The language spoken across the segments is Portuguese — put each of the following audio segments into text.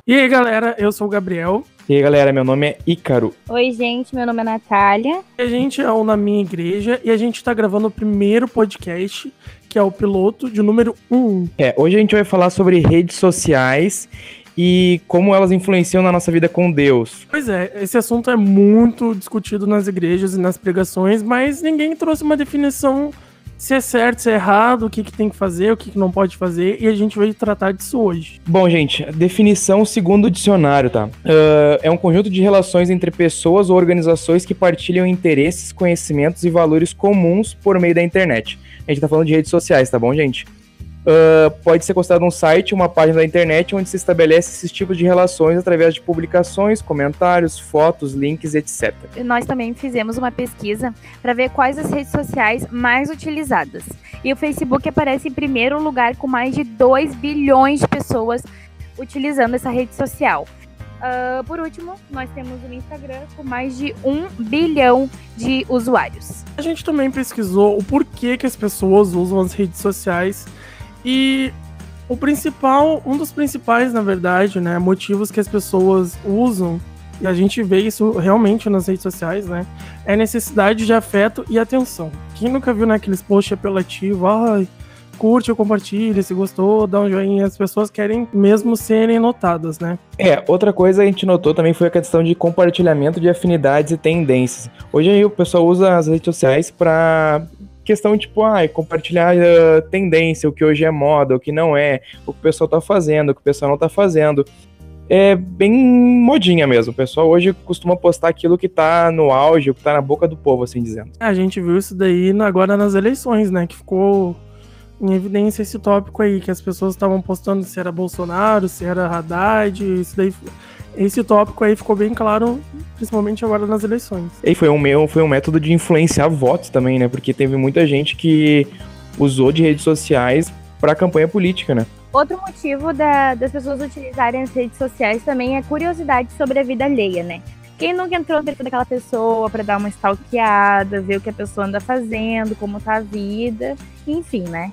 E aí, galera, eu sou o Gabriel. E aí, galera, meu nome é Ícaro. Oi, gente, meu nome é Natália. A gente é o Na Minha Igreja e a gente tá gravando o primeiro podcast, que é o piloto de número 1. Hoje a gente vai falar sobre redes sociais e como elas influenciam na nossa vida com Deus. Pois é, esse assunto é muito discutido nas igrejas e nas pregações, mas ninguém trouxe uma definição se é certo, se é errado, o que tem que fazer, o que não pode fazer, e a gente vai tratar disso hoje. Bom, gente, a definição segundo o dicionário, tá? É um conjunto de relações entre pessoas ou organizações que partilham interesses, conhecimentos e valores comuns por meio da internet. A gente tá falando de redes sociais, tá bom, gente? Pode ser considerado um site, uma página da internet onde se estabelece esses tipos de relações através de publicações, comentários, fotos, links, etc. Nós também fizemos uma pesquisa para ver quais as redes sociais mais utilizadas. E o Facebook aparece em primeiro lugar com mais de 2 bilhões de pessoas utilizando essa rede social. Por último, nós temos o Instagram com mais de 1 bilhão de usuários. A gente também pesquisou o porquê que as pessoas usam as redes sociais. E um dos principais, na verdade, né, motivos que as pessoas usam, e a gente vê isso realmente nas redes sociais, né, é a necessidade de afeto e atenção. Quem nunca viu naqueles posts apelativos, curte ou compartilha, se gostou, dá um joinha, as pessoas querem mesmo serem notadas, né? Outra coisa que a gente notou também foi a questão de compartilhamento de afinidades e tendências. Hoje aí o pessoal usa as redes sociais para questão tipo, compartilhar tendência, o que hoje é moda, o que não é, o que o pessoal tá fazendo, o que o pessoal não tá fazendo. É bem modinha mesmo. O pessoal hoje costuma postar aquilo que tá no auge, o que tá na boca do povo, assim dizendo. A gente viu isso daí agora nas eleições, né, que ficou em evidência esse tópico aí, que as pessoas estavam postando se era Bolsonaro, se era Haddad, isso daí... Esse tópico aí ficou bem claro, principalmente agora nas eleições. E foi um método de influenciar votos também, né? Porque teve muita gente que usou de redes sociais para campanha política, né? Outro motivo das pessoas utilizarem as redes sociais também é curiosidade sobre a vida alheia, né? Quem nunca entrou no perfil daquela pessoa para dar uma stalkeada, ver o que a pessoa anda fazendo, como tá a vida, enfim, né?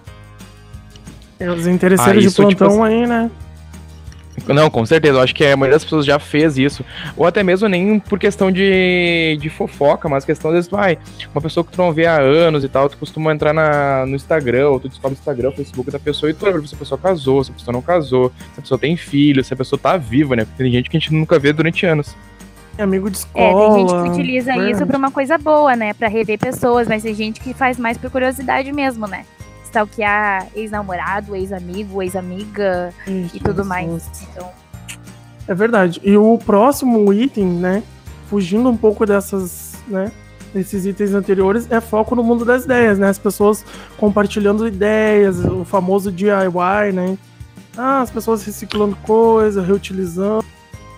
Os interesseiros de plantão tipo aí, né? Não, com certeza, eu acho que a maioria das pessoas já fez isso, ou até mesmo nem por questão de fofoca, mas questão, às vezes, uma pessoa que tu não vê há anos e tal, tu costuma entrar no Instagram, ou tu descobre o Instagram, o Facebook da pessoa, e tu lembra se a pessoa casou, se a pessoa não casou, se a pessoa tem filho, se a pessoa tá viva, né, porque tem gente que a gente nunca vê durante anos. Amigo de escola. Tem gente que utiliza isso pra uma coisa boa, né, pra rever pessoas, mas tem gente que faz mais por curiosidade mesmo, né. Stalkear ex-namorado, ex-amigo, ex-amiga e tudo mais. Então... É verdade. E o próximo item, né, fugindo um pouco desses itens anteriores, é foco no mundo das ideias, né? As pessoas compartilhando ideias, o famoso DIY, né? As pessoas reciclando coisa, reutilizando,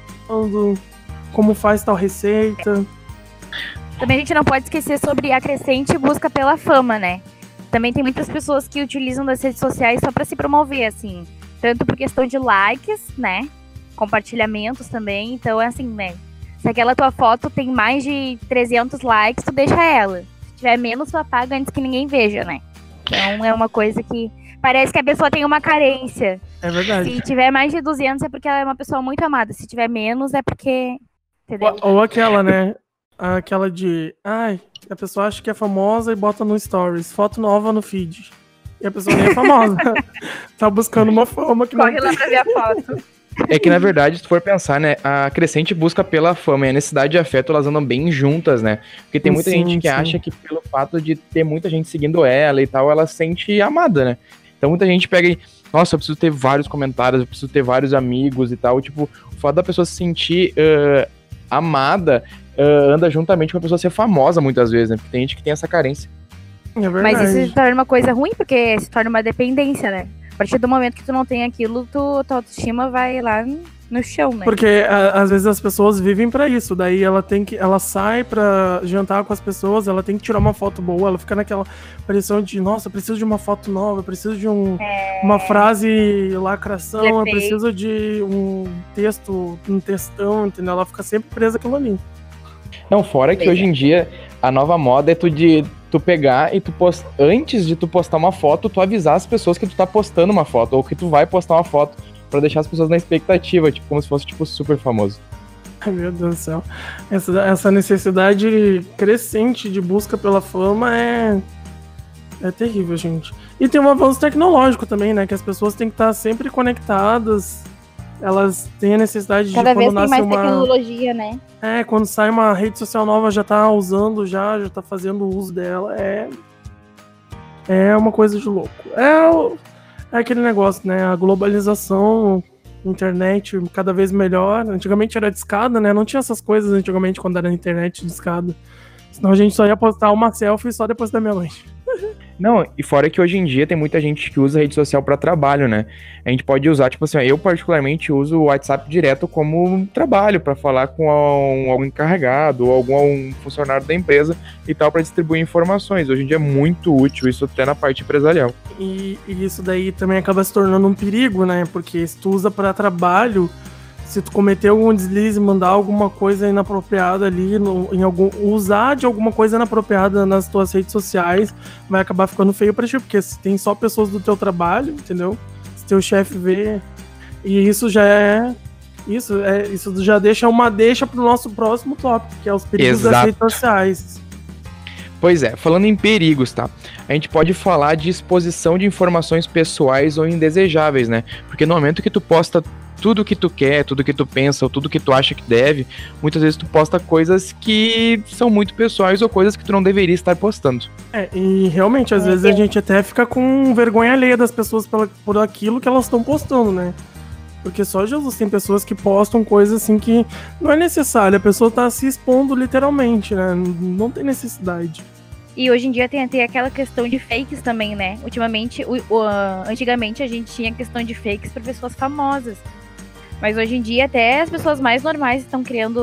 como faz tal receita. Também a gente não pode esquecer sobre a crescente busca pela fama, né? Também tem muitas pessoas que utilizam das redes sociais só para se promover, assim. Tanto por questão de likes, né? Compartilhamentos também. Então, é assim, né? Se aquela tua foto tem mais de 300 likes, tu deixa ela. Se tiver menos, tu apaga antes que ninguém veja, né? Então, é uma coisa que... Parece que a pessoa tem uma carência. É verdade. Se tiver mais de 200, é porque ela é uma pessoa muito amada. Se tiver menos, é porque... Entendeu? Ou aquela, né? Aquela de... a pessoa acha que é famosa e bota no stories, foto nova no feed. E a pessoa nem é famosa. Tá buscando uma fama que Corre lá pra ver a foto. É que, na verdade, se tu for pensar, né, a crescente busca pela fama e a necessidade de afeto, elas andam bem juntas, né? Porque tem muita gente que acha que pelo fato de ter muita gente seguindo ela e tal, ela se sente amada, né? Então muita gente pega e, nossa, eu preciso ter vários comentários, eu preciso ter vários amigos e tal. Tipo, o fato da pessoa se sentir amada anda juntamente com a pessoa ser famosa muitas vezes, né? Porque tem gente que tem essa carência. É verdade. Mas isso se torna uma coisa ruim, porque se torna uma dependência, né? A partir do momento que tu não tem aquilo, tua autoestima vai lá no chão, né? Porque às vezes as pessoas vivem pra isso, daí ela sai pra jantar com as pessoas, ela tem que tirar uma foto boa, ela fica naquela pressão de, nossa, preciso de uma foto nova, preciso de uma frase lacração, eu preciso de um textão, entendeu? Ela fica sempre presa àquilo ali. Não, fora que hoje em dia a nova moda é tu pegar e antes de tu postar uma foto, tu avisar as pessoas que tu tá postando uma foto, ou que tu vai postar uma foto. pra deixar as pessoas na expectativa, tipo, como se fosse, tipo, super famoso. Ai, meu Deus do céu. Essa necessidade crescente de busca pela fama é terrível, gente. E tem um avanço tecnológico também, né? Que as pessoas têm que estar sempre conectadas. Elas têm a necessidade Cada de vez quando tem nasce mais tecnologia, né? quando sai uma rede social nova, já tá usando, já tá fazendo uso dela. É uma coisa de louco. É aquele negócio, né? A globalização, internet cada vez melhor. Antigamente era discada, né? Não tinha essas coisas antigamente quando era internet discada. Senão a gente só ia postar uma selfie só depois da meia-noite. Não, e fora que hoje em dia tem muita gente que usa rede social para trabalho, né? A gente pode usar, tipo assim, eu particularmente uso o WhatsApp direto como trabalho, para falar com algum encarregado ou algum funcionário da empresa e tal, para distribuir informações. Hoje em dia é muito útil isso até na parte empresarial. E isso daí também acaba se tornando um perigo, né? Porque se tu usa para trabalho, se tu cometer algum deslize, mandar alguma coisa inapropriada ali, usar de alguma coisa inapropriada nas tuas redes sociais, vai acabar ficando feio pra ti, porque se tem só pessoas do teu trabalho, entendeu? Se teu chefe vê, e isso já deixa uma deixa pro nosso próximo tópico, que é os perigos das redes sociais. Pois é, falando em perigos, tá? A gente pode falar de exposição de informações pessoais ou indesejáveis, né? Porque no momento que tu posta tudo que tu quer, tudo que tu pensa, ou tudo que tu acha que deve, muitas vezes tu posta coisas que são muito pessoais ou coisas que tu não deveria estar postando. E realmente, às vezes a gente até fica com vergonha alheia das pessoas por aquilo que elas estão postando, né? Porque só Jesus tem pessoas que postam coisas assim que não é necessário, a pessoa tá se expondo literalmente, né? Não tem necessidade. E hoje em dia tem até aquela questão de fakes também, né? Ultimamente, antigamente a gente tinha questão de fakes para pessoas famosas. Mas hoje em dia até as pessoas mais normais estão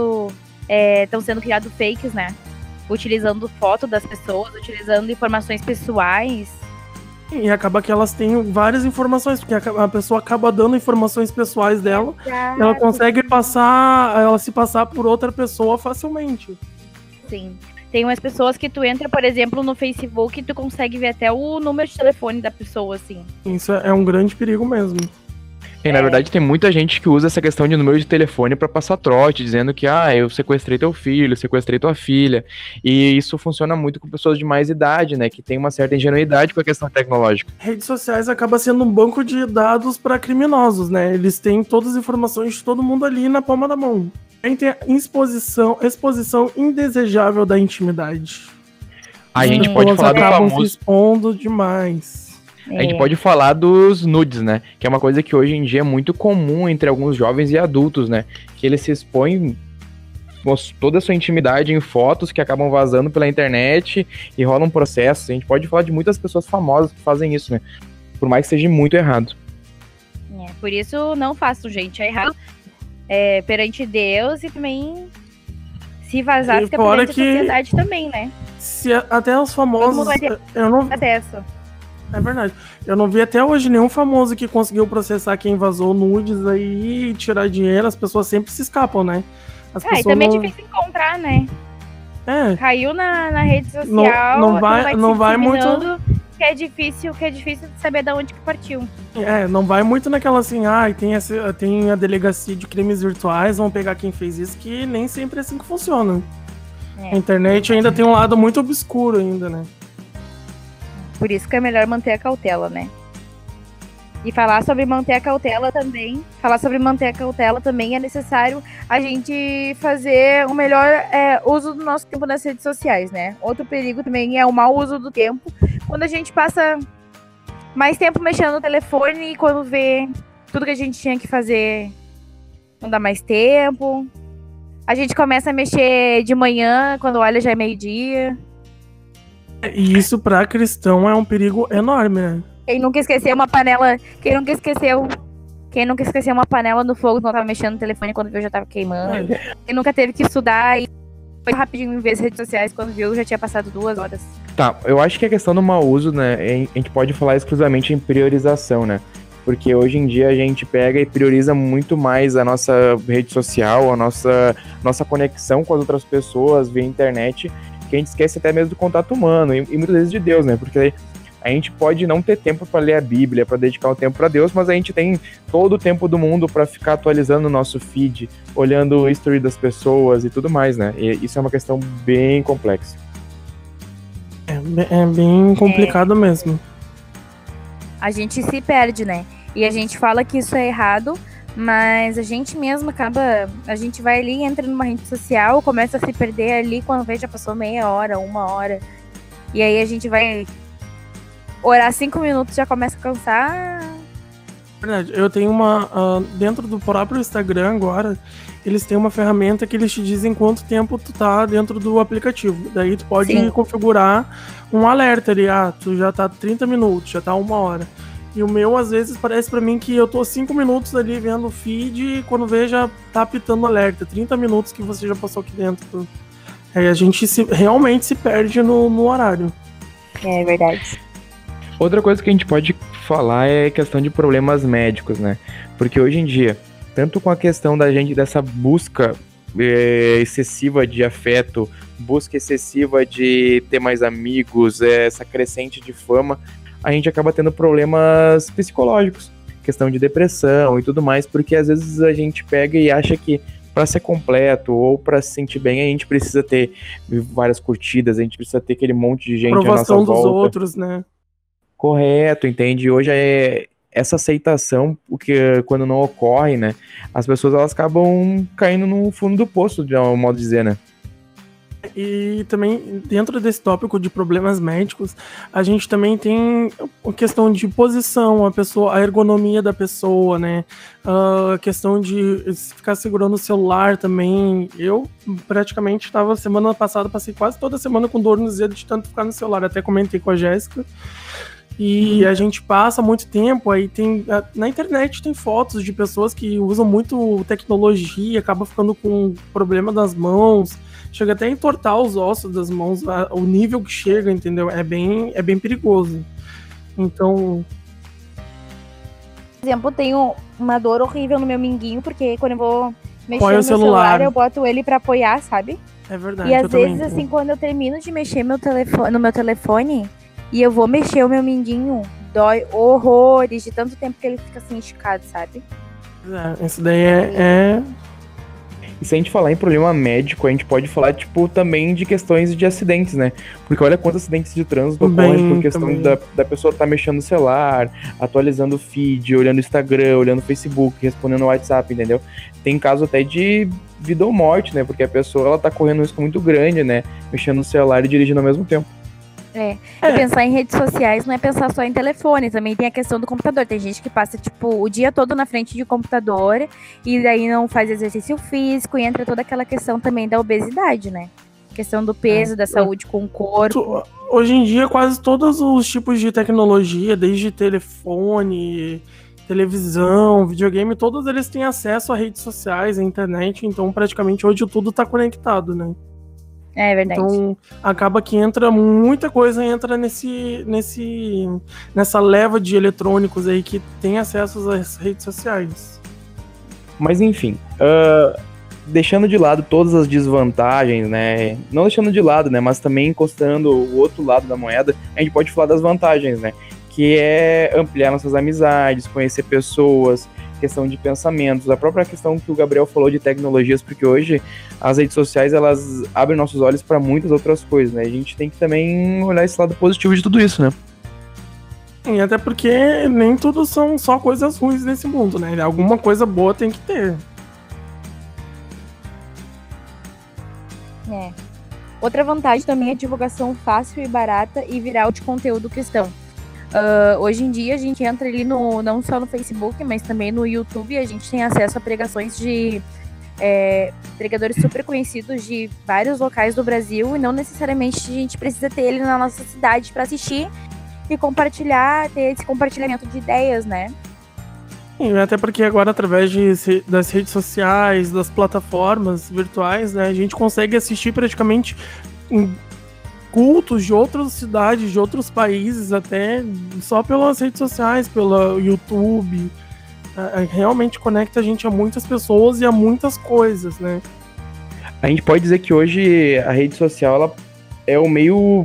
sendo criados fakes, né? Utilizando foto das pessoas, utilizando informações pessoais. E acaba que elas têm várias informações, porque a pessoa acaba dando informações pessoais dela, Exato. ela consegue se passar por outra pessoa facilmente. Sim. Tem umas pessoas que tu entra, por exemplo, no Facebook e tu consegue ver até o número de telefone da pessoa, assim. Isso é um grande perigo mesmo. E, na verdade, tem muita gente que usa essa questão de número de telefone pra passar trote, dizendo que, eu sequestrei teu filho, sequestrei tua filha. E isso funciona muito com pessoas de mais idade, né? Que tem uma certa ingenuidade com a questão tecnológica. Redes sociais acaba sendo um banco de dados para criminosos, né? Eles têm todas as informações de todo mundo ali na palma da mão. Aí tem a exposição indesejável da intimidade. A gente pode falar do famoso... se expondo demais. A gente pode falar dos nudes, né? Que é uma coisa que hoje em dia é muito comum entre alguns jovens e adultos, né? Que eles se expõem toda a sua intimidade em fotos que acabam vazando pela internet e rolam processos. A gente pode falar de muitas pessoas famosas que fazem isso, né? Por mais que seja muito errado. Por isso, não façam, gente. É errado perante Deus e também se vazar, fica perante a sociedade também, né? Se até os famosos... Eu não acesso. É verdade. Eu não vi até hoje nenhum famoso que conseguiu processar quem vazou nudes aí e tirar dinheiro. As pessoas sempre se escapam, né? E também é difícil encontrar, né? Caiu na rede social. Não vai muito. Que é difícil de saber de onde que partiu. Não vai muito naquela assim, tem a delegacia de crimes virtuais, vão pegar quem fez isso, que nem sempre é assim que funciona. A internet ainda tem um lado muito obscuro ainda, né? Por isso que é melhor manter a cautela, né? E falar sobre manter a cautela também é necessário a gente fazer o melhor uso do nosso tempo nas redes sociais, né? Outro perigo também é o mau uso do tempo. Quando a gente passa mais tempo mexendo no telefone e quando vê tudo que a gente tinha que fazer não dá mais tempo. A gente começa a mexer de manhã, quando olha já é meio-dia. E isso para cristão é um perigo enorme, né? Quem nunca esqueceu uma panela no fogo quando tava mexendo no telefone quando viu já tava queimando. Quem nunca teve que estudar e foi rapidinho ver as redes sociais quando viu já tinha passado 2 horas. Tá, eu acho que a questão do mau uso, né, a gente pode falar exclusivamente em priorização, né? Porque hoje em dia a gente pega e prioriza muito mais a nossa rede social, a nossa conexão com as outras pessoas via internet, que a gente esquece até mesmo do contato humano e muitas vezes de Deus, né? Porque A gente pode não ter tempo para ler a Bíblia, para dedicar o tempo para Deus, mas a gente tem todo o tempo do mundo para ficar atualizando o nosso feed, olhando o history das pessoas e tudo mais, né? E isso é uma questão bem complexa. É bem complicado mesmo. A gente se perde, né? E a gente fala que isso é errado, mas a gente mesmo acaba... A gente vai ali, entra numa rede social, começa a se perder ali, quando vê já passou meia hora, 1 hora. E aí a gente vai orar 5 minutos, já começa a cansar. Verdade, eu tenho dentro do próprio Instagram agora, eles têm uma ferramenta que eles te dizem quanto tempo tu tá dentro do aplicativo. Daí tu pode configurar um alerta ali, tu já tá 30 minutos, já tá 1 hora. E o meu, às vezes, parece pra mim que eu tô 5 minutos ali vendo o feed e quando vê já tá apitando alerta. 30 minutos que você já passou aqui dentro. Aí a gente realmente se perde no horário. É verdade. Outra coisa que a gente pode falar é questão de problemas médicos, né? Porque hoje em dia, tanto com a questão da gente dessa busca excessiva de afeto, busca excessiva de ter mais amigos, essa crescente de fama, a gente acaba tendo problemas psicológicos, questão de depressão e tudo mais, porque às vezes a gente pega e acha que para ser completo ou para se sentir bem, a gente precisa ter várias curtidas, a gente precisa ter aquele monte de gente à nossa volta. Aprovação dos outros, né? Correto, entende? Hoje é essa aceitação, porque quando não ocorre, né, as pessoas elas acabam caindo no fundo do poço, de um modo de dizer, né? E também, dentro desse tópico de problemas médicos, a gente também tem a questão de posição, a ergonomia da pessoa, né? A questão de ficar segurando o celular também. Eu, praticamente, semana passada, passei quase toda semana com dor nos dedos de tanto ficar no celular. Até comentei com a Jéssica. E a gente passa muito tempo, aí na internet tem fotos de pessoas que usam muito tecnologia, acaba ficando com problema das mãos, chega até a entortar os ossos das mãos, o nível que chega, entendeu? É bem perigoso. Então... Por exemplo, eu tenho uma dor horrível no meu minguinho, porque quando eu vou mexer Apoia no meu celular, eu boto ele pra apoiar, sabe? É verdade. E às vezes, assim, quando eu termino de mexer no meu telefone... E eu vou mexer o meu mindinho, dói horrores, de tanto tempo que ele fica assim esticado, sabe? Isso daí é... E se a gente falar em problema médico, a gente pode falar, tipo, também de questões de acidentes, né? Porque olha quantos acidentes de trânsito ocorrem por questão da pessoa estar mexendo no celular, atualizando o feed, olhando o Instagram, olhando o Facebook, respondendo o WhatsApp, entendeu? Tem caso até de vida ou morte, né? Porque a pessoa, ela tá correndo um risco muito grande, né? Mexendo no celular e dirigindo ao mesmo tempo. E pensar em redes sociais não é pensar só em telefone, também tem a questão do computador. Tem gente que passa, tipo, o dia todo na frente de computador e daí não faz exercício físico e entra toda aquela questão também da obesidade, né? Questão do peso, da saúde com o corpo. Hoje em dia, quase todos os tipos de tecnologia, desde telefone, televisão, videogame, todos eles têm acesso a redes sociais, a internet, então praticamente hoje tudo tá conectado, né? É verdade. Então, acaba que muita coisa entra nessa leva de eletrônicos aí que tem acesso às redes sociais. Mas enfim, deixando de lado todas as desvantagens, né? Não deixando de lado, né? Mas também considerando o outro lado da moeda, a gente pode falar das vantagens, né? Que é ampliar nossas amizades, conhecer pessoas, questão de pensamentos, a própria questão que o Gabriel falou de tecnologias, porque hoje as redes sociais, elas abrem nossos olhos para muitas outras coisas, né? A gente tem que também olhar esse lado positivo de tudo isso, né? E até porque nem tudo são só coisas ruins nesse mundo, né? Alguma coisa boa tem que ter. Outra vantagem também é a divulgação fácil e barata e viral de conteúdo cristão. Hoje em dia a gente entra ali não só no Facebook, mas também no YouTube, a gente tem acesso a pregações de pregadores super conhecidos de vários locais do Brasil, e não necessariamente a gente precisa ter ele na nossa cidade para assistir e compartilhar, ter esse compartilhamento de ideias, né? Sim, até porque agora, através das redes sociais, das plataformas virtuais, né, a gente consegue assistir praticamente cultos de outras cidades, de outros países, até só pelas redes sociais, pelo YouTube. Realmente conecta a gente a muitas pessoas e a muitas coisas, né? A gente pode dizer que hoje a rede social ela é o meio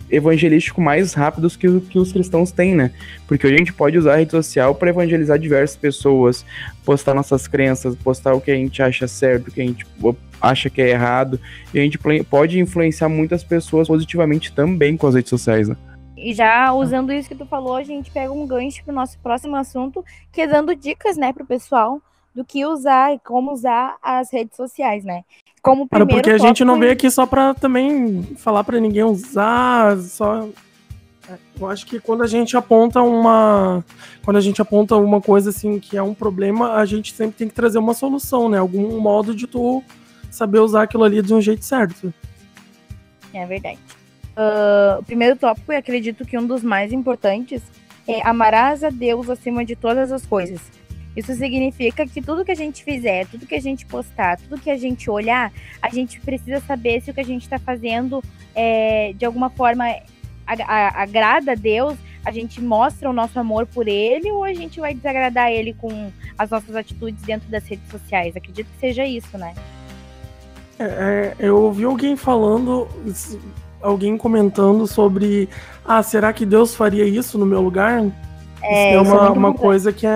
evangelístico mais rápidos que os cristãos têm, né? Porque hoje a gente pode usar a rede social para evangelizar diversas pessoas, postar nossas crenças, postar o que a gente acha certo, o que a gente acha que é errado, e a gente pode influenciar muitas pessoas positivamente também com as redes sociais, né? E já usando isso que tu falou, a gente pega um gancho pro nosso próximo assunto, que é dando dicas, né, pro pessoal do que usar e como usar as redes sociais, né? Como primeiro porque a gente não veio aqui só pra também falar pra ninguém usar, só... Eu acho que quando a gente aponta uma coisa assim que é um problema, a gente sempre tem que trazer uma solução, né? Algum modo de tu saber usar aquilo ali de um jeito certo. É verdade. O primeiro tópico, e acredito que um dos mais importantes, é amarás a Deus acima de todas as coisas. Isso significa que tudo que a gente fizer, tudo que a gente postar, tudo que a gente olhar, a gente precisa saber se o que a gente está fazendo de alguma forma agrada a Deus, a gente mostra o nosso amor por Ele, ou a gente vai desagradar Ele com as nossas atitudes dentro das redes sociais. Acredito que seja isso, né? Eu ouvi alguém comentando sobre será que Deus faria isso no meu lugar? Isso é uma coisa que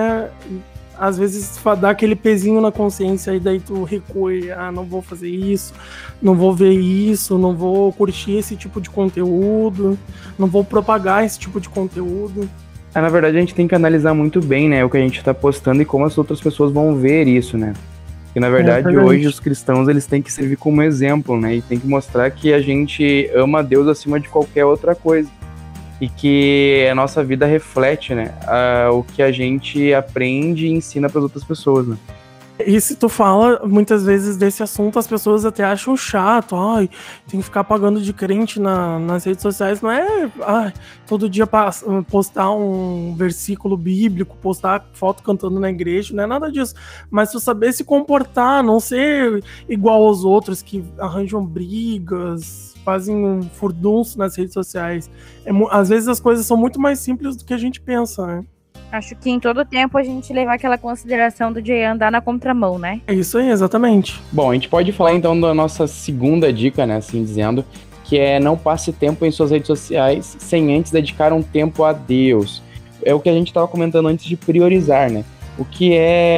às vezes dá aquele pezinho na consciência e daí tu recua e, não vou fazer isso, não vou ver isso, não vou curtir esse tipo de conteúdo, não vou propagar esse tipo de conteúdo. Na verdade a gente tem que analisar muito bem, né, o que a gente tá postando e como as outras pessoas vão ver isso, né? E na verdade hoje os cristãos eles têm que servir como exemplo, né, e tem que mostrar que a gente ama a Deus acima de qualquer outra coisa. E que a nossa vida reflete, né, o que a gente aprende e ensina para as outras pessoas, né? E se tu fala muitas vezes desse assunto, as pessoas até acham chato, tem que ficar pagando de crente nas redes sociais, não é todo dia postar um versículo bíblico, postar foto cantando na igreja, não é nada disso, mas tu saber se comportar, não ser igual aos outros que arranjam brigas, fazem um furdunço nas redes sociais. Às vezes as coisas são muito mais simples do que a gente pensa, né? Acho que em todo tempo a gente levar aquela consideração de andar na contramão, né? É isso aí, exatamente. Bom, a gente pode falar então da nossa segunda dica, né, assim dizendo, que é não passe tempo em suas redes sociais sem antes dedicar um tempo a Deus. É o que a gente estava comentando antes de priorizar, né? O que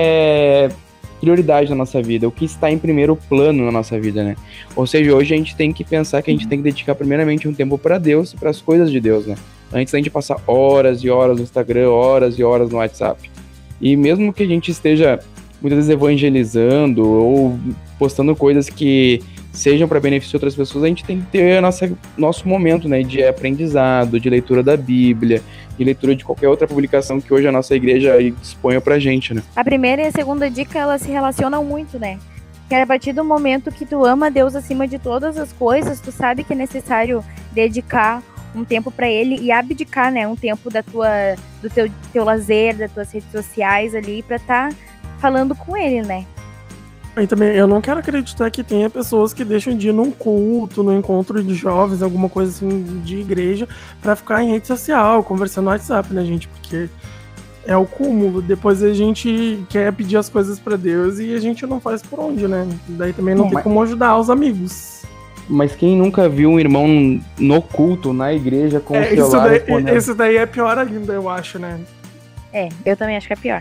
é prioridade na nossa vida, o que está em primeiro plano na nossa vida, né? Ou seja, hoje a gente tem que pensar que a gente tem que dedicar primeiramente um tempo para Deus e para as coisas de Deus, né? Antes da gente passar horas e horas no Instagram, horas e horas no WhatsApp. E mesmo que a gente esteja muitas vezes evangelizando ou postando coisas que sejam para benefício de outras pessoas, a gente tem que ter nosso momento, né, de aprendizado, de leitura da Bíblia, de leitura de qualquer outra publicação que hoje a nossa igreja disponha pra gente, né? A primeira e a segunda dica, elas se relacionam muito, né? Que a partir do momento que tu ama Deus acima de todas as coisas, tu sabe que é necessário dedicar um tempo para Ele e abdicar, né, um tempo do teu lazer, das tuas redes sociais ali, pra estar falando com Ele, né? E também, eu não quero acreditar que tenha pessoas que deixam de ir num culto, num encontro de jovens, alguma coisa assim de igreja, pra ficar em rede social, conversando no WhatsApp, né, gente? Porque é o cúmulo. Depois a gente quer pedir as coisas pra Deus e a gente não faz por onde, né? Daí também não tem como ajudar os amigos. Mas quem nunca viu um irmão no culto, na igreja, com o celular... Isso daí é pior ainda, eu acho, né? Eu também acho que é pior.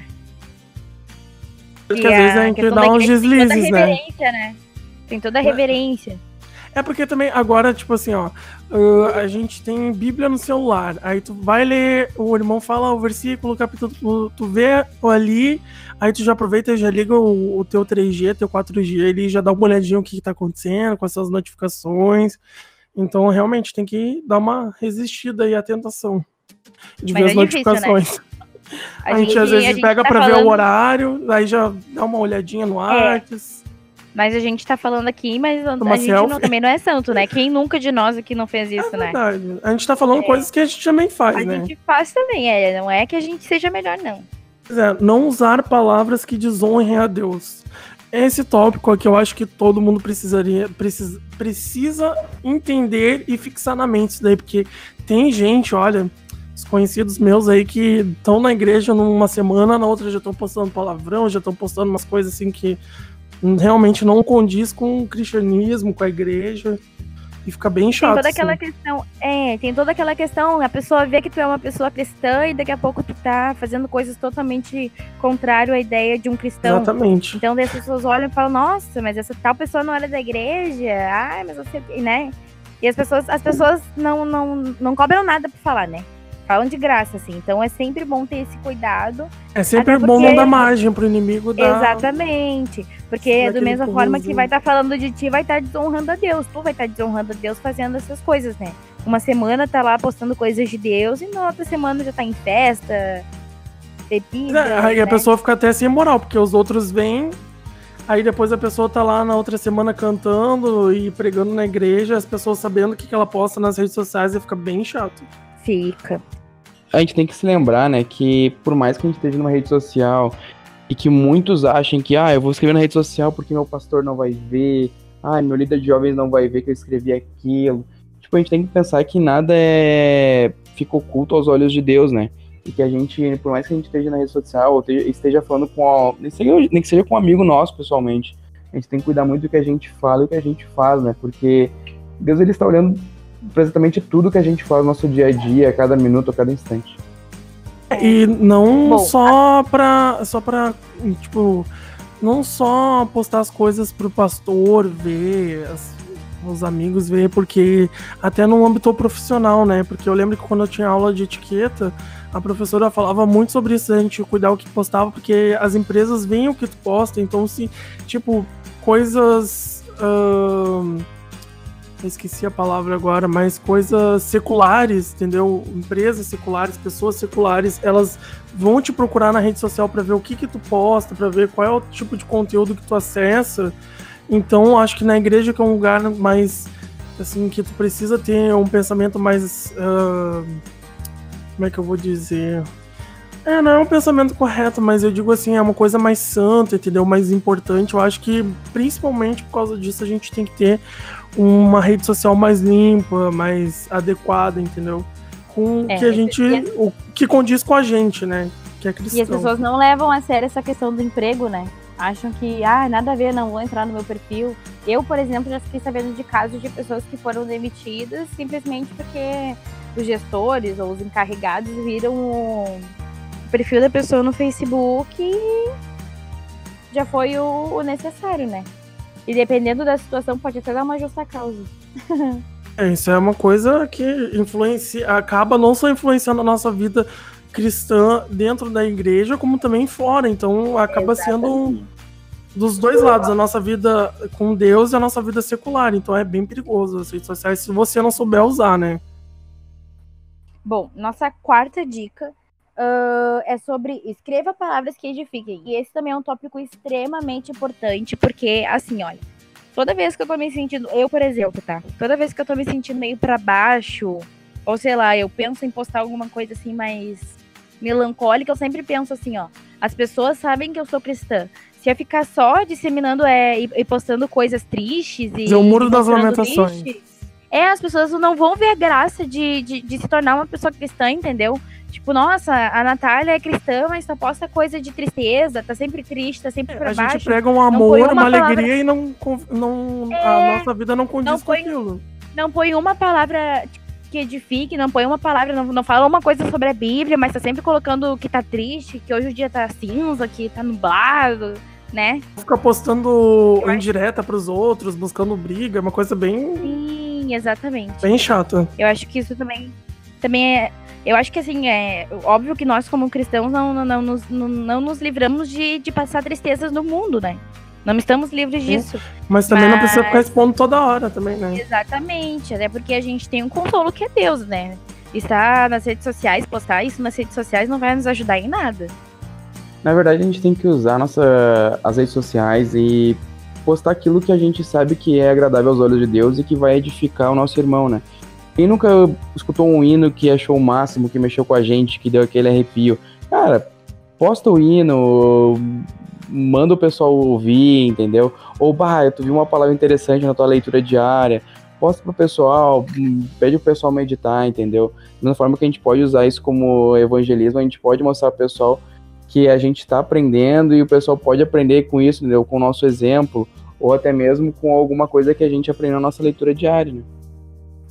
Porque às vezes a gente dá uns deslizes, né? Tem toda a reverência. É porque também, agora, tipo assim, a gente tem Bíblia no celular, aí tu vai ler, o irmão fala o versículo, o capítulo, tu vê ali, aí tu já aproveita e já liga o teu 3G, teu 4G, ele já dá uma olhadinha o que tá acontecendo, com essas notificações. Então, realmente, tem que dar uma resistida aí à tentação de ver as notificações. Difícil, né? A gente às vezes pega pra ver o horário, aí já dá uma olhadinha no WhatsApp. Mas a gente tá falando aqui, mas a gente também não é santo, né? Quem nunca de nós aqui não fez isso, né? Verdade. A gente tá falando coisas que a gente também faz, né? A gente faz também, não é que a gente seja melhor, não. Não usar palavras que desonrem a Deus. Esse tópico aqui eu acho que todo mundo precisa entender e fixar na mente isso daí, porque tem gente, olha... Os conhecidos meus aí que estão na igreja numa semana, na outra já estão postando palavrão, já estão postando umas coisas assim que realmente não condiz com o cristianismo, com a igreja. E fica bem chato. Tem toda aquela questão, tem toda aquela questão, a pessoa vê que tu é uma pessoa cristã e daqui a pouco tu tá fazendo coisas totalmente contrário à ideia de um cristão. Exatamente. Então, daí as pessoas olham e falam, nossa, mas essa tal pessoa não era da igreja, ai, mas você, né? E as pessoas não cobram nada pra falar, né? Falam de graça, assim. Então é sempre bom ter esse cuidado. É sempre bom não dar margem pro inimigo dar... Exatamente. Porque da mesma forma que vai estar falando de ti, vai estar desonrando a Deus. Tu vai estar desonrando a Deus fazendo essas coisas, né? Uma semana tá lá postando coisas de Deus e na outra semana já tá em festa, bebida. Aí né? a pessoa fica até sem moral, porque os outros vêm, aí depois a pessoa tá lá na outra semana cantando e pregando na igreja, as pessoas sabendo o que ela posta nas redes sociais e fica bem chato. Fica. A gente tem que se lembrar, né, que por mais que a gente esteja numa rede social e que muitos achem que, eu vou escrever na rede social porque meu pastor não vai ver, meu líder de jovens não vai ver que eu escrevi aquilo. Tipo, a gente tem que pensar que nada fica oculto aos olhos de Deus, né? E que a gente, por mais que a gente esteja na rede social ou esteja falando nem que seja com um amigo nosso, pessoalmente, a gente tem que cuidar muito do que a gente fala e do que a gente faz, né? Porque Deus, ele está olhando exatamente tudo que a gente faz no nosso dia a dia, a cada minuto, a cada instante. E não só pra, tipo, não só postar as coisas pro pastor ver, os amigos ver, porque até no âmbito profissional, né? Porque eu lembro que quando eu tinha aula de etiqueta, a professora falava muito sobre isso, a gente cuidar o que postava, porque as empresas veem o que tu posta, então se, tipo, coisas... eu esqueci a palavra agora, mas coisas seculares, entendeu? Empresas seculares, pessoas seculares, elas vão te procurar na rede social para ver o que tu posta, para ver qual é o tipo de conteúdo que tu acessa. Então, acho que na igreja, que é um lugar mais, assim, que tu precisa ter um pensamento mais... como é que eu vou dizer? Não é um pensamento correto, mas eu digo assim, é uma coisa mais santa, entendeu? Mais importante. Eu acho que, principalmente por causa disso, a gente tem que ter uma rede social mais limpa, mais adequada, entendeu? Com que a gente... o que condiz com a gente, né? Que é cristão. E as pessoas não levam a sério essa questão do emprego, né? Acham que, nada a ver, não vou entrar no meu perfil. Eu, por exemplo, já fiquei sabendo de casos de pessoas que foram demitidas simplesmente porque os gestores ou os encarregados viram o perfil da pessoa no Facebook e já foi o necessário, né? E dependendo da situação, pode até dar uma justa causa. Isso é uma coisa que acaba não só influenciando a nossa vida cristã dentro da igreja, como também fora. Então acaba sendo dos dois lados, a nossa vida com Deus e a nossa vida secular. Então é bem perigoso as redes sociais se você não souber usar, né? Bom, nossa quarta dica é sobre escreva palavras que edifiquem. E esse também é um tópico extremamente importante, porque, assim, olha, toda vez que eu tô me sentindo, eu, por exemplo, tá? Toda vez que eu tô me sentindo meio pra baixo, ou sei lá, eu penso em postar alguma coisa assim mais melancólica, eu sempre penso assim, ó, as pessoas sabem que eu sou cristã. Se eu ficar só disseminando e postando coisas tristes e... É o muro das lamentações. As pessoas não vão ver a graça de se tornar uma pessoa cristã, entendeu? Tipo, nossa, a Natália é cristã, mas só posta coisa de tristeza, tá sempre triste, tá sempre pra baixo. A gente prega um amor, uma alegria e a nossa vida não condiz com aquilo. Não põe uma palavra que edifique, não põe uma palavra, não fala uma coisa sobre a Bíblia, mas tá sempre colocando que tá triste, que hoje o dia tá cinza, que tá nublado, né? Fica postando indireta pros outros, buscando briga, é uma coisa bem... Sim, exatamente. Bem chata. Eu acho que isso também é... Eu acho que, assim, é óbvio que nós, como cristãos, não nos livramos de passar tristezas no mundo, né? Não estamos livres disso. Mas também não precisa ficar expondo toda hora também, né? Exatamente, até porque a gente tem um consolo que é Deus, né? Estar nas redes sociais, postar isso nas redes sociais não vai nos ajudar em nada. Na verdade, a gente tem que usar as redes sociais e postar aquilo que a gente sabe que é agradável aos olhos de Deus e que vai edificar o nosso irmão, né? Quem nunca escutou um hino que achou o máximo, que mexeu com a gente, que deu aquele arrepio? Cara, posta o hino, manda o pessoal ouvir, entendeu? Ou, tu viu uma palavra interessante na tua leitura diária, posta pro pessoal, pede o pessoal meditar, entendeu? Da mesma forma que a gente pode usar isso como evangelismo, a gente pode mostrar pro pessoal que a gente tá aprendendo e o pessoal pode aprender com isso, entendeu? Com o nosso exemplo, ou até mesmo com alguma coisa que a gente aprendeu na nossa leitura diária, né?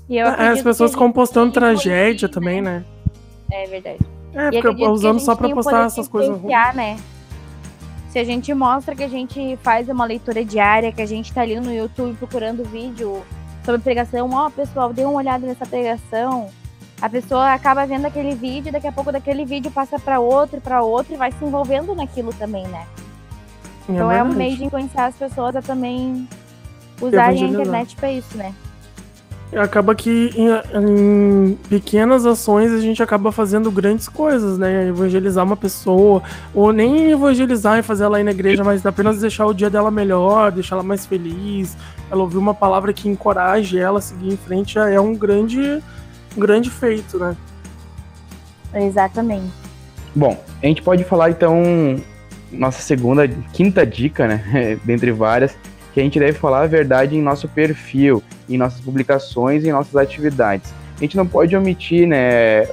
E eu As acredito pessoas que a ficam gente postando tem que tragédia influenciar, também, né? É verdade. É, E fica acredito que a usando gente só pra tem o postar poder de essas coisas ruins. influenciar, né? Se a gente mostra que a gente faz uma leitura diária, que a gente tá ali no YouTube procurando vídeo sobre pregação, pessoal, dê uma olhada nessa pregação. A pessoa acaba vendo aquele vídeo, daqui a pouco daquele vídeo passa para outro e vai se envolvendo naquilo também, né? Então é um meio de influenciar as pessoas a também usarem a internet para isso, né? Acaba que em pequenas ações a gente acaba fazendo grandes coisas, né? Evangelizar uma pessoa, ou nem evangelizar e fazer ela ir na igreja, mas apenas deixar o dia dela melhor, deixar ela mais feliz, ela ouvir uma palavra que encoraje ela a seguir em frente, já é um grande feito, né? Exatamente. Bom, a gente pode falar então nossa quinta dica, né? Dentre várias, que a gente deve falar a verdade em nosso perfil, em nossas publicações e em nossas atividades. A gente não pode omitir, né,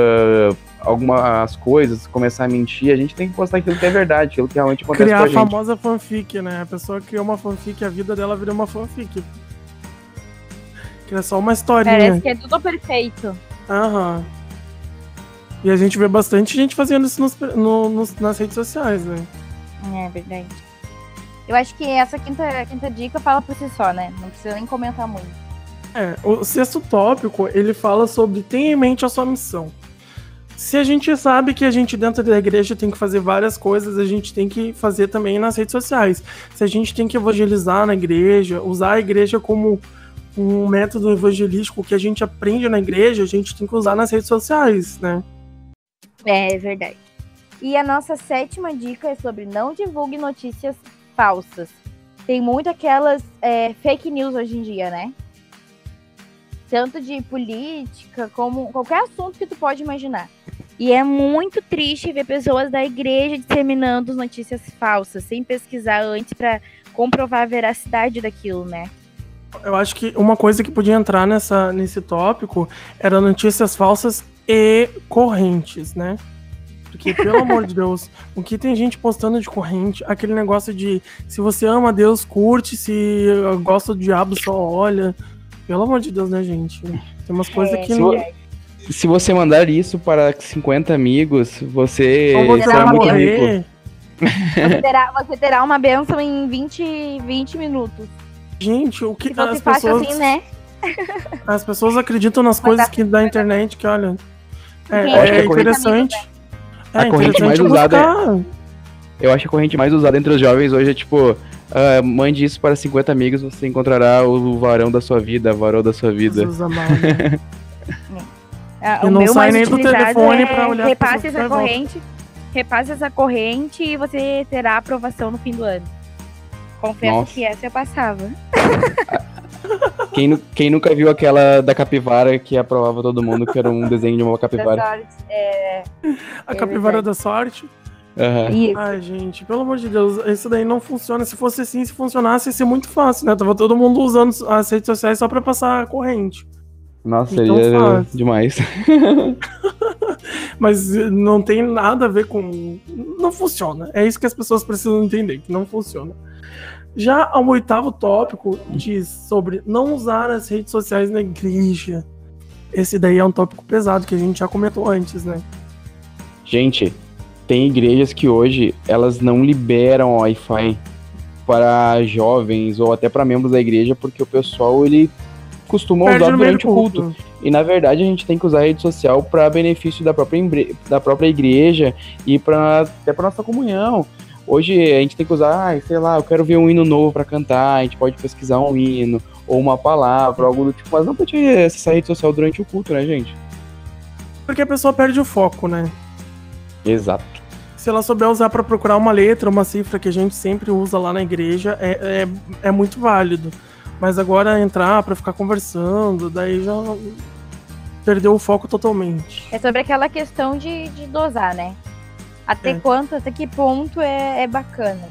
algumas coisas, começar a mentir. A gente tem que postar aquilo que é verdade, aquilo que realmente acontece com a gente. Criar a famosa fanfic, né? A pessoa criou uma fanfic, a vida dela vira uma fanfic. Que é só uma historinha. Parece que é tudo perfeito. Aham. E a gente vê bastante gente fazendo isso nas redes sociais, né? É verdade. Eu acho que essa quinta dica fala por si só, né? Não precisa nem comentar muito. O sexto tópico, ele fala sobre tenha em mente a sua missão. Se a gente sabe que a gente dentro da igreja tem que fazer várias coisas, a gente tem que fazer também nas redes sociais. Se a gente tem que evangelizar na igreja, usar a igreja como um método evangelístico que a gente aprende na igreja, a gente tem que usar nas redes sociais, né? É verdade. E a nossa sétima dica é sobre não divulgue notícias falsas. Tem muito aquelas fake news hoje em dia, né? Tanto de política, como qualquer assunto que tu pode imaginar. E é muito triste ver pessoas da igreja disseminando notícias falsas, sem pesquisar antes para comprovar a veracidade daquilo, né? Eu acho que uma coisa que podia entrar nesse tópico era notícias falsas e correntes, né? Porque, pelo amor de Deus, o que tem gente postando de corrente, aquele negócio de se você ama Deus, curte, se gosta do diabo, só olha. Pelo amor de Deus, né, gente? Tem umas coisas que não... Se você mandar isso para 50 amigos, você será muito rico. Você terá uma bênção em 20 minutos. Gente, o que se as pessoas... assim, né? As pessoas acreditam nas coisas que da internet que, olha... É interessante. A corrente mais usada eu acho que a corrente mais usada entre os jovens hoje é tipo... mande isso para 50 amigos, você encontrará o varão da sua vida, a varão da sua vida. Jesus amado. O não sai nem do telefone pra olhar. Repasse essa corrente e você terá aprovação no fim do ano. Confesso que essa eu passava. Quem nunca viu aquela da capivara que aprovava todo mundo, que era um desenho de uma capivara? A capivara da sorte? Uhum. Ai, gente, pelo amor de Deus, isso daí não funciona. Se fosse assim, se funcionasse, ia ser muito fácil, né? Tava todo mundo usando as redes sociais só pra passar a corrente. Nossa, seria demais. Mas não tem nada a ver com... Não funciona. É isso que as pessoas precisam entender, que não funciona. Já ao 8º tópico, diz sobre não usar as redes sociais na igreja. Esse daí é um tópico pesado, que a gente já comentou antes, né? Gente, tem igrejas que hoje elas não liberam Wi-Fi para jovens ou até para membros da igreja, porque o pessoal, ele costuma usar durante o culto. E na verdade a gente tem que usar a rede social para benefício da própria igreja e até para nossa comunhão. Hoje a gente tem que usar, sei lá, eu quero ver um hino novo para cantar, a gente pode pesquisar um hino ou uma palavra, algo do tipo, mas não pode acessar a rede social durante o culto, né, gente? Porque a pessoa perde o foco, né? Exato. Se ela souber usar para procurar uma letra, uma cifra que a gente sempre usa lá na igreja, é muito válido. Mas agora entrar para ficar conversando, daí já perdeu o foco totalmente. É sobre aquela questão de dosar, né? Até que ponto é bacana.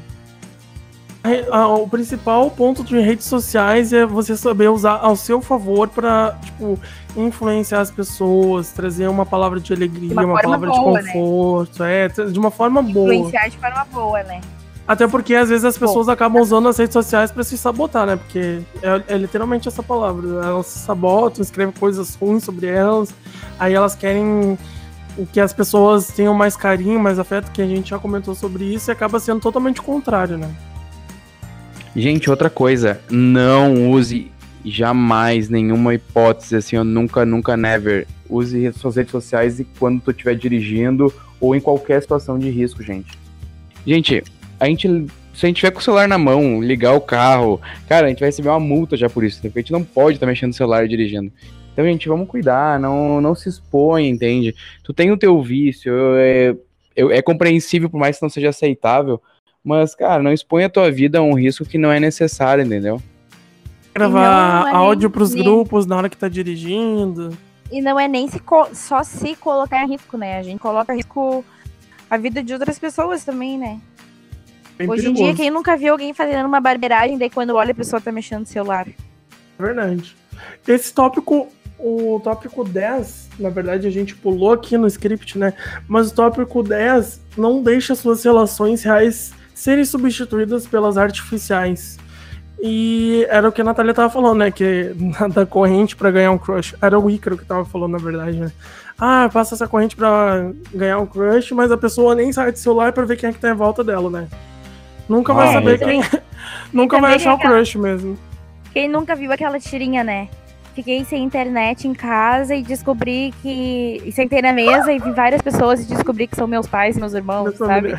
O principal ponto de redes sociais é você saber usar ao seu favor para, tipo, influenciar as pessoas, trazer uma palavra de alegria, uma palavra boa, de conforto, né? De uma forma boa. Influenciar de forma boa, né? Até porque às vezes as pessoas acabam usando as redes sociais pra se sabotar, né? Porque é literalmente essa palavra. Elas se sabotam, escrevem coisas ruins sobre elas. Aí elas querem que as pessoas tenham mais carinho, mais afeto, que a gente já comentou sobre isso, e acaba sendo totalmente o contrário, né? Gente, outra coisa, não use jamais nenhuma hipótese, assim, eu nunca, never, use suas redes sociais quando tu estiver dirigindo ou em qualquer situação de risco, gente. Gente, se a gente tiver com o celular na mão, ligar o carro, cara, a gente vai receber uma multa já por isso, porque a gente não pode estar mexendo no celular dirigindo. Então, gente, vamos cuidar, não se expõe, entende? Tu tem o teu vício, é compreensível, por mais que não seja aceitável, mas, cara, não exponha a tua vida a um risco que não é necessário, entendeu? Gravar áudio pros grupos na hora que tá dirigindo. E não é nem só se colocar em risco, né? A gente coloca em risco a vida de outras pessoas também, né? Bem Hoje perigoso. em dia, quem nunca viu alguém fazendo uma barbeiragem, daí quando olha a pessoa tá mexendo no celular? Verdade. Esse tópico, o tópico 10, na verdade a gente pulou aqui no script, né? Mas o tópico 10 não deixa suas relações reais serem substituídas pelas artificiais. E era o que a Natália tava falando, né? Que da corrente pra ganhar um crush. Era o Ícaro que tava falando, na verdade, né? Ah, passa essa corrente pra ganhar um crush, mas a pessoa nem sai do celular pra ver quem é que tá em volta dela, né? Nunca vai saber quem... Nunca vai achar o crush mesmo. Quem nunca viu aquela tirinha, né? Fiquei sem internet em casa e descobri que... E sentei na mesa e vi várias pessoas e descobri que são meus pais e meus irmãos, sabe?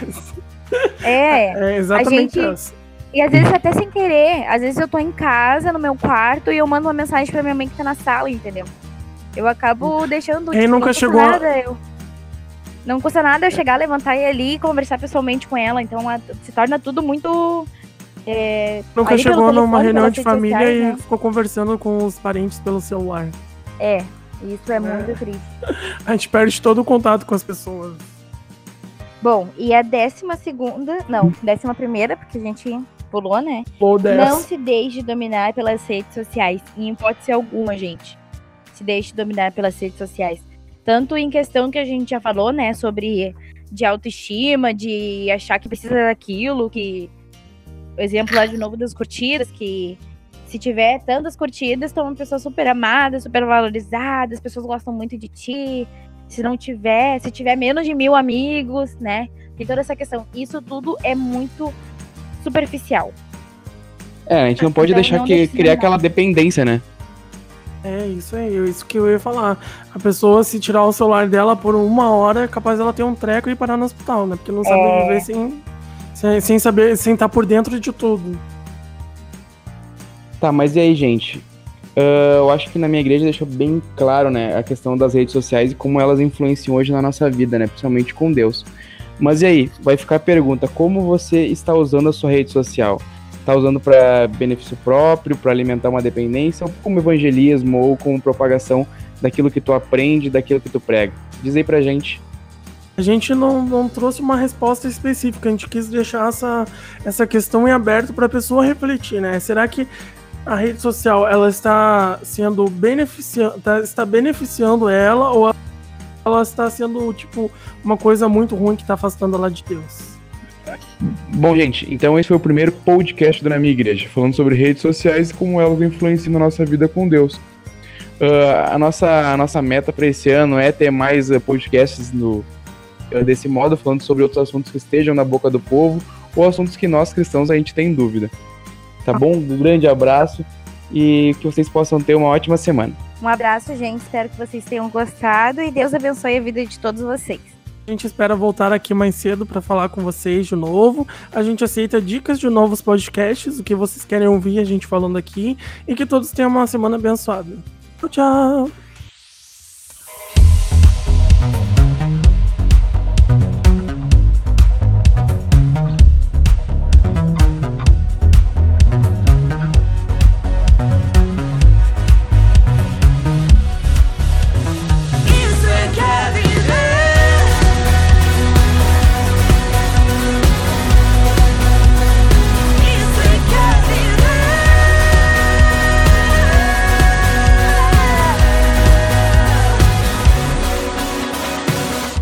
É exatamente isso. E às vezes até sem querer. Às vezes eu tô em casa, no meu quarto, e eu mando uma mensagem pra minha mãe que tá na sala, entendeu? Eu acabo deixando... Quem nunca chegou... Não custa nada eu chegar, levantar e ir ali e conversar pessoalmente com ela. Então se torna tudo muito... Nunca chegou numa reunião de família sociais, e né? ficou conversando com os parentes pelo celular. Isso é muito triste. A gente perde todo o contato com as pessoas. Bom, e a 11ª... Não, 11ª, porque a gente pulou, né? Ou 10. Não se deixe dominar pelas redes sociais. Em hipótese alguma, gente. Se deixe dominar pelas redes sociais. Tanto em questão que a gente já falou, né? Sobre de autoestima, de achar que precisa daquilo, que... O exemplo lá de novo das curtidas, que se tiver tantas curtidas, tu é uma pessoa super amada, super valorizada, as pessoas gostam muito de ti. Se tiver menos de 1000 amigos, né? Tem toda essa questão. Isso tudo é muito superficial. A gente não pode deixar criar aquela dependência, né? É isso aí, isso que eu ia falar. A pessoa, se tirar o celular dela por 1 hora, é capaz dela ter um treco e parar no hospital, né? Porque não sabe viver sem saber, sem estar por dentro de tudo. Tá, mas e aí, gente? Eu acho que na minha igreja deixou bem claro, né, a questão das redes sociais e como elas influenciam hoje na nossa vida, né, principalmente com Deus. Mas e aí, vai ficar a pergunta, como você está usando a sua rede social? Está usando para benefício próprio, para alimentar uma dependência, ou como evangelismo, ou como propagação daquilo que tu aprende, daquilo que tu prega? Diz aí pra gente. A gente não trouxe uma resposta específica, a gente quis deixar essa questão em aberto para a pessoa refletir, né? Será que a rede social ela está sendo está beneficiando ela, ou ela está sendo tipo uma coisa muito ruim que está afastando ela de Deus? Bom, gente, então esse foi o primeiro podcast da Na Minha Igreja, falando sobre redes sociais e como elas influenciam na nossa vida com Deus. A nossa meta para esse ano é ter mais podcasts desse modo, falando sobre outros assuntos que estejam na boca do povo ou assuntos que nós cristãos a gente tem dúvida. Tá bom? Um grande abraço e que vocês possam ter uma ótima semana. Um abraço, gente. Espero que vocês tenham gostado e Deus abençoe a vida de todos vocês. A gente espera voltar aqui mais cedo para falar com vocês de novo. A gente aceita dicas de novos podcasts, o que vocês querem ouvir a gente falando aqui, e que todos tenham uma semana abençoada. Tchau, tchau!